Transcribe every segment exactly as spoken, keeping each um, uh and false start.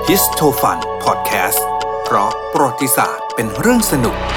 ฮิสโทฟันพอดแคสต์เพราะประวัติศาสตร์เป็นเรื่องสนุก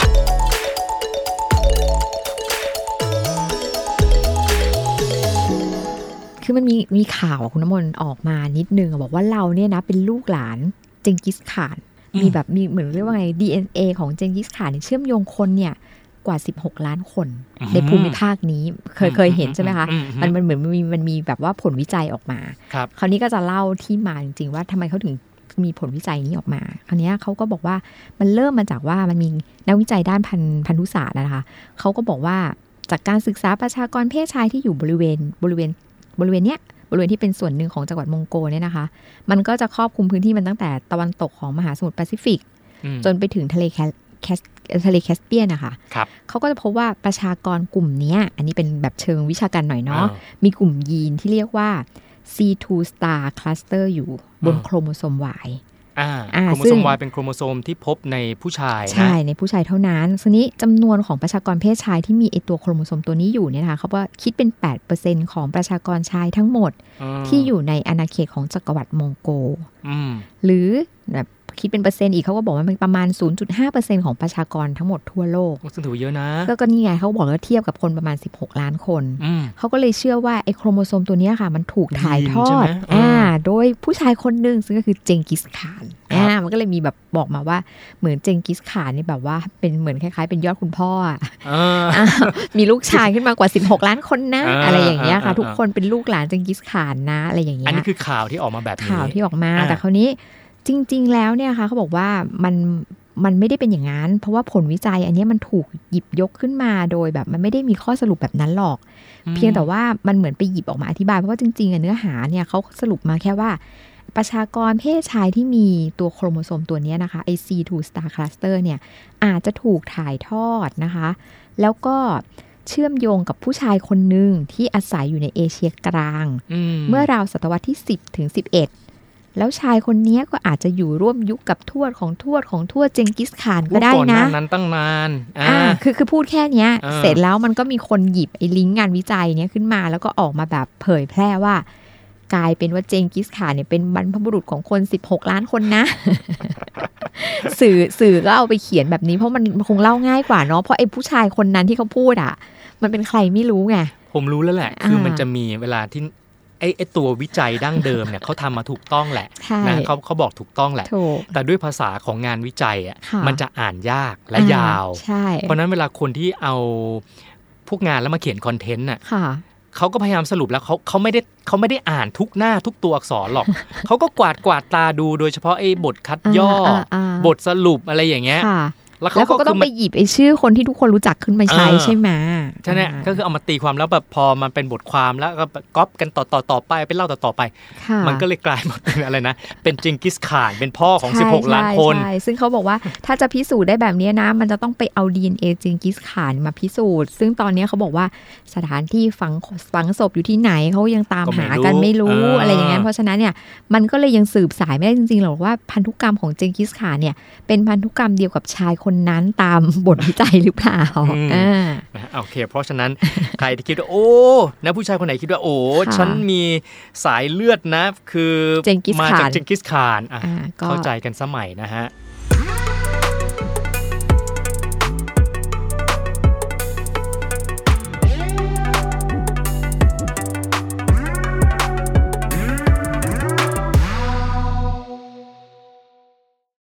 คือมันมีมีข่าวคุณน้ำมนต์ออกมานิดนึงบอกว่าเราเนี่ยนะเป็นลูกหลานเจงกิสข่านมีแบบมีเหมือนเรียกว่าไง ดี เอ็น เอ ของเจงกิสข่านเชื่อมโยงคนเนี่ยกว่าสิบหกล้านคนในภูมิภาคนี้เคยเคยเห็นใช่ไหมคะมันมันเหมือนมันมีมันมีแบบว่าผลวิจัยออกมาคราวนี้ก็จะเล่าที่มาจริงๆว่าทำไมเขาถึงมีผลวิจัยนี้ออกมาคราวนี้เขาก็บอกว่ามันเริ่มมาจากว่ามันมีนักวิจัยด้านพันพันธุศาสตร์นะคะเขาก็บอกว่าจากการศึกษาประชากรเพศชายที่อยู่บริเวณบริเวณบริเวณเนี้ยบริเวณที่เป็นส่วนหนึ่งของจังหวัดมองโกเนี่ยนะคะมันก็จะครอบคลุมพื้นที่มันตั้งแต่ตะวันตกของมหาสมุทรแปซิฟิกจนไปถึงทะเลแคแคสทะเลแคสเปียนนะคะเขาก็จะพบว่าประชากรกลุ่มนี้อันนี้เป็นแบบเชิงวิชาการหน่อยเนาะมีกลุ่มยีนที่เรียกว่า ซี ทู star cluster อยู่บนโครโมโซม Y อ่าโครโมโซม Y เป็นโครโมโซมที่พบในผู้ชายนะใช่ในผู้ชายเท่านั้นทีนี้จำนวนของประชากรเพศชายที่มีไอตัวโครโมโซมตัวนี้อยู่เนี่ยนะคะเขาว่าคิดเป็น แปดเปอร์เซ็นต์ ของประชากรชายทั้งหมดที่อยู่ในอาณาเขตของจักรวรรดิมองโกหรือแบบคิดเป็นเปอร์เซ็นต์อีกเขาก็บอกว่ามันประมาณ ศูนย์จุดห้าเปอร์เซ็นต์ ของประชากรทั้งหมดทั่วโลกซึ่งถือเยอะนะก็ก็นี่ไงเขาบอกว่าเทียบกับคนประมาณสิบหกล้านคนเขาก็เลยเชื่อว่าไอ้โครโมโซมตัวนี้ค่ะมันถูกถ่ายทอดอ่าโดยผู้ชายคนนึงซึ่งก็คือเจงกิสข่านอ่ามันก็เลยมีแบบบอกมาว่าเหมือนเจงกิสข่านนี่แบบว่าเป็นเหมือนคล้ายๆเป็นยอดคุณพ่ออ่ะมีลูกชายขึ้นมากว่าสิบหกล้านคนนะอะไรอย่างเงี้ยค่ะทุกคนเป็นลูกหลานเจงกิสข่านนะอะไรอย่างเงี้ยอันนี้คือข่าวที่ออกมาแบบนี้ข่าวที่ออกมาแต่คราวนี้จริงๆแล้วเนี่ยค่ะเขาบอกว่ามันมันไม่ได้เป็นอย่างนั้นเพราะว่าผลวิจัยอันนี้มันถูกหยิบยกขึ้นมาโดยแบบมันไม่ได้มีข้อสรุปแบบนั้นหรอกเพียงแต่ว่ามันเหมือนไปหยิบออกมาอธิบายเพราะว่าจริงๆเนื้อหาเนี่ยเขาสรุปมาแค่ว่าประชากรเพศชายที่มีตัวโครโมโซมตัวนี้นะคะไอ ซี ทู star cluster เนี่ยอาจจะถูกถ่ายทอดนะคะแล้วก็เชื่อมโยงกับผู้ชายคนหนึ่งที่อาศัยอยู่ในเอเชียกลางเมื่อราวศตวรรษที่สิบถึงสิบเอ็ดแล้วชายคนนี้ก็อาจจะอยู่ร่วมยุคกับทวดของทวดของทวดเจงกิสข่านก็ได้นะก่อนหน้านั้นตั้งนานอ่าคือคือพูดแค่นี้เสร็จแล้วมันก็มีคนหยิบไอ้ลิงก์งานวิจัยเนี้ยขึ้นมาแล้วก็ออกมาแบบเผยแพร่ว่ากลายเป็นว่าเจงกิสข่านเนี่ยเป็นบรรพบุรุษของคนสิบหกล้านคนนะ สื่อสื่อก็เอาไปเขียนแบบนี้เพราะมันคงเล่าง่ายกว่าเนาะเพราะไอ้ผู้ชายคนนั้นที่เขาพูดอ่ะมันเป็นใครไม่รู้ไงผมรู้แล้วแหละคือมันจะมีเวลาที่ไอ้ไอ้ตัววิจัยดั้งเดิมเนี่ยเขาทำมาถูกต้องแหละนะเขาเขาบอกถูกต้องแหละแต่ด้วยภาษาของงานวิจัยอ่ะมันจะอ่านยากและยาวเพราะนั้นเวลาคนที่เอาพวกงานแล้วมาเขียนคอนเทนต์น่ะเขาก็พยายามสรุปแล้วเขาเขาไม่ได้เขาไม่ได้อ่านทุกหน้าทุกตัวอักษรหรอก เขาก็กวาดกวาดตาดูโดยเฉพาะไอ้บทคัดย่อบทสรุปอะไรอย่างเงี้ยแล้วเขาก็ต้องไปหยิบไอ้ชื่อคนที่ทุกคนรู้จักขึ้นมาใช้ใช่ไหมใช่เนี่ยก็คือเอามาตีความแล้วแบบพอมันเป็นบทความแล้วก็ก๊อปกันต่อต่อต่อไปเป็นเล่าต่อต่อไปมันก็เลยกลายมาเป็นอะไรนะเป็นเจงกิสข่านเป็นพ่อของสิบหกล้านคนใช่ซึ่งเขาบอกว่าถ้าจะพิสูจน์ได้แบบนี้นะมันจะต้องไปเอา ดี เอ็น เอ เจงกิสข่านมาพิสูจน์ซึ่งตอนนี้เขาบอกว่าสถานที่ฝังฝังศพอยู่ที่ไหนเขายังตามหากันไม่รู้อะไรอย่างเงี้ยเพราะฉะนั้นเนี่ยมันก็เลยยังสืบสายไม่ได้จริงๆหรอกว่าพันธุกรรมของเจงกิสข่านเนี่ยเป็นพันธุกรรมเดียวกับชายคนนั้นตามบทวิจัยหรือเปล่าอ่าโอเคเพราะฉะนั้นใครที่คิดว่าโอ้นะผู้ชายคนไหนคิดว่าโอ้ฉันมีสายเลือดนะคือมาจากเจงกิสข่านเข้าใจกันสมัยนะฮะ